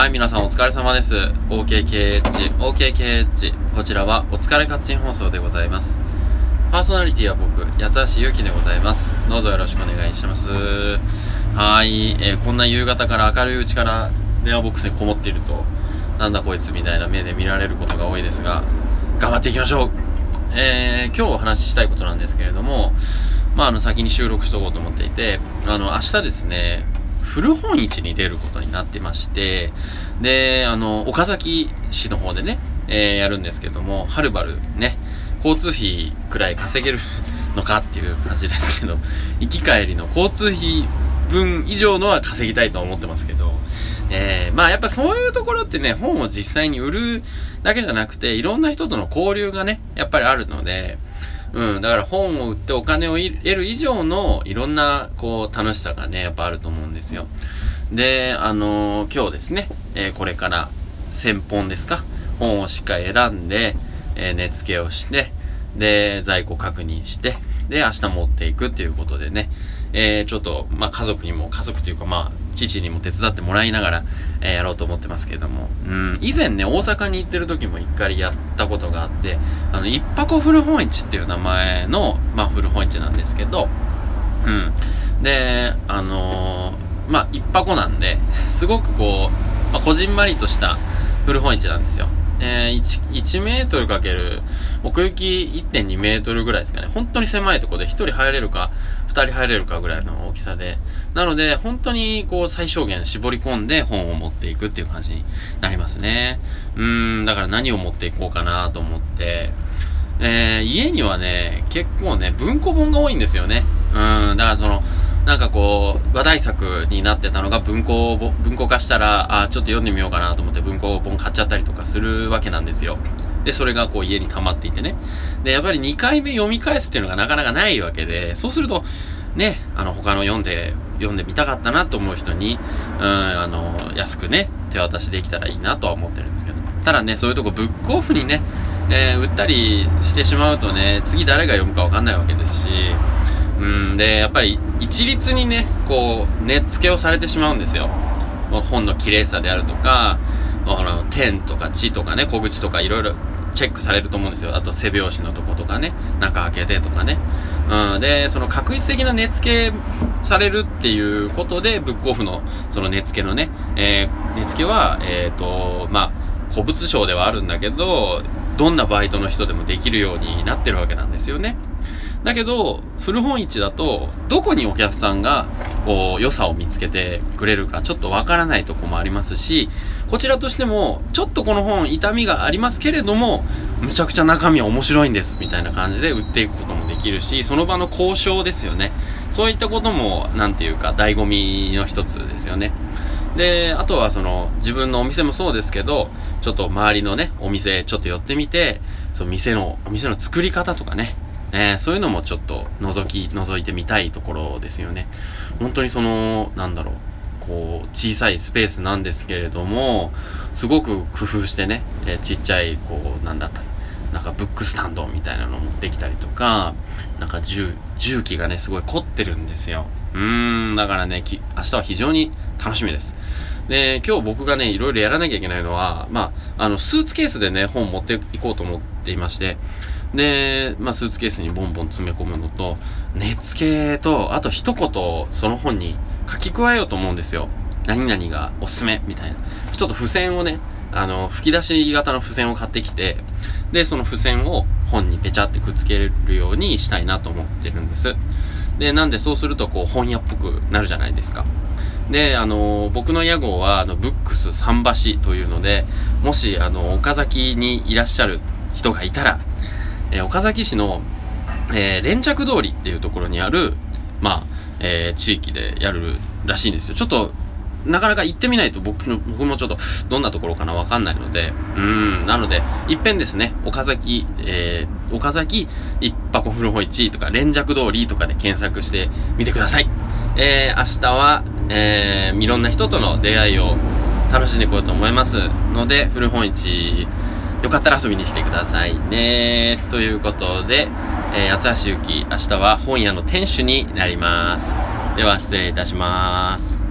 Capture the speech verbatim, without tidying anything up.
はい、皆さんお疲れ様です。オーケーケーエイチ、オーケーケーエイチ。こちらはお疲れカッチン放送でございます。パーソナリティは僕、八橋ゆうきでございます。どうぞよろしくお願いします。はい、えー、こんな夕方から明るいうちから電話ボックスにこもっていると、なんだこいつみたいな目で見られることが多いですが、頑張っていきましょう。えー、今日お話ししたいことなんですけれども、まあ、あの、先に収録しとこうと思っていて、あの、明日ですね、古本市に出ることになってまして、で、あの、岡崎市の方でね、えー、やるんですけども、はるばるね、交通費くらい稼げるのかっていう感じですけど、行き帰りの交通費分以上のは稼ぎたいと思ってますけど、えー、まあやっぱそういうところってね、本を実際に売るだけじゃなくて、いろんな人との交流がね、やっぱりあるので、うん、だから本を売ってお金を得る以上のいろんなこう楽しさがね、やっぱあると思うんですよ。で、あのー、今日ですね、えー、これからせんぽんですか、本をしっかり選んで、えー、値付けをして、で、在庫確認して、で、明日持っていくっていうことでね、えー、ちょっと、まあ、家族にも、家族というか、まあ、父にも手伝ってもらいながら、えー、やろうと思ってますけれども、うん、以前ね、大阪に行ってる時も一回やったことがあって、あの、一箱古本市っていう名前の、まあ、古本市なんですけど、うん。で、あのー、まあ、一箱なんで、すごくこう、まあ、こじんまりとした古本市なんですよ。えー、1, いちメートルかける奥行き いってんにメートルぐらいですかね。本当に狭いところでひとり入れるかふたり入れるかぐらいの大きさで、なので本当にこう最小限絞り込んで本を持っていくっていう感じになりますね。うーんだから何を持っていこうかなと思って、えー、家にはね結構ね文庫本が多いんですよね。うんだからそのなんかこう話題作になってたのが文庫文庫化したら、あちょっと読んでみようかなと思って文庫本買っちゃったりとかするわけなんですよ。でそれがこう家に溜まっていてね、でやっぱりにかいめ読み返すっていうのがなかなかないわけで、そうするとねあの他の読んで読んでみたかったなと思う人にうんあの安くね手渡しできたらいいなとは思ってるんですけど、ただねそういうとこブックオフにね、えー、売ったりしてしまうとね次誰が読むかわかんないわけですし、うんでやっぱり一律にねこう値付けをされてしまうんですよ。本の綺麗さであるとか、あの点とか地とかね小口とかいろいろチェックされると思うんですよ。あと背表紙のとことかね中開けてとかね、うん、でその確実的な値付けされるっていうことでブックオフのその値付けのね、えー、値付けはえっとまあ古物商ではあるんだけど、どんなバイトの人でもできるようになってるわけなんですよね。だけど古本市だとどこにお客さんがこう良さを見つけてくれるかちょっとわからないとこもありますし、こちらとしてもちょっとこの本痛みがありますけれどもむちゃくちゃ中身は面白いんですみたいな感じで売っていくこともできるし、その場の交渉ですよね。そういったこともなんていうか醍醐味の一つですよね。であとはその自分のお店もそうですけど、ちょっと周りのねお店ちょっと寄ってみて、その店のお店の作り方とかね、えー、そういうのもちょっと覗き覗いてみたいところですよね。本当にそのなんだろうこう小さいスペースなんですけれども、すごく工夫してね、えー、ちっちゃいこうなんだったなんかブックスタンドみたいなのを持ってきたりとか、なんか重重機がねすごい凝ってるんですよ。うーんだからねき明日は非常に楽しみです。で今日僕がねいろいろやらなきゃいけないのは、まああのスーツケースでね本を持っていこうと思っていまして、で、まあ、スーツケースにボンボン詰め込むのと、値付けと、あと一言その本に書き加えようと思うんですよ。何々がおすすめみたいな。ちょっと付箋をね、あの、吹き出し型の付箋を買ってきて、で、その付箋を本にペチャってくっつけるようにしたいなと思ってるんです。で、なんでそうするとこう本屋っぽくなるじゃないですか。で、あの、僕の屋号は、あの、ブックス桟橋というので、もし、あの、岡崎にいらっしゃる人がいたら、えー、岡崎市の、えー、連着通りっていうところにある、まあ、えー、地域でやるらしいんですよ。ちょっと、なかなか行ってみないと僕の、僕もちょっとどんなところかなわかんないので、うーん、なので、いっぺんですね、岡崎、えー、岡崎一箱古本市とか連着通りとかで検索してみてください。えー、明日は、えー、いろんな人との出会いを楽しんでいこうと思いますので、古本市、よかったら遊びに来てくださいね。ということで、えー、八橋ゆき、明日は本屋の店主になります。では失礼いたします。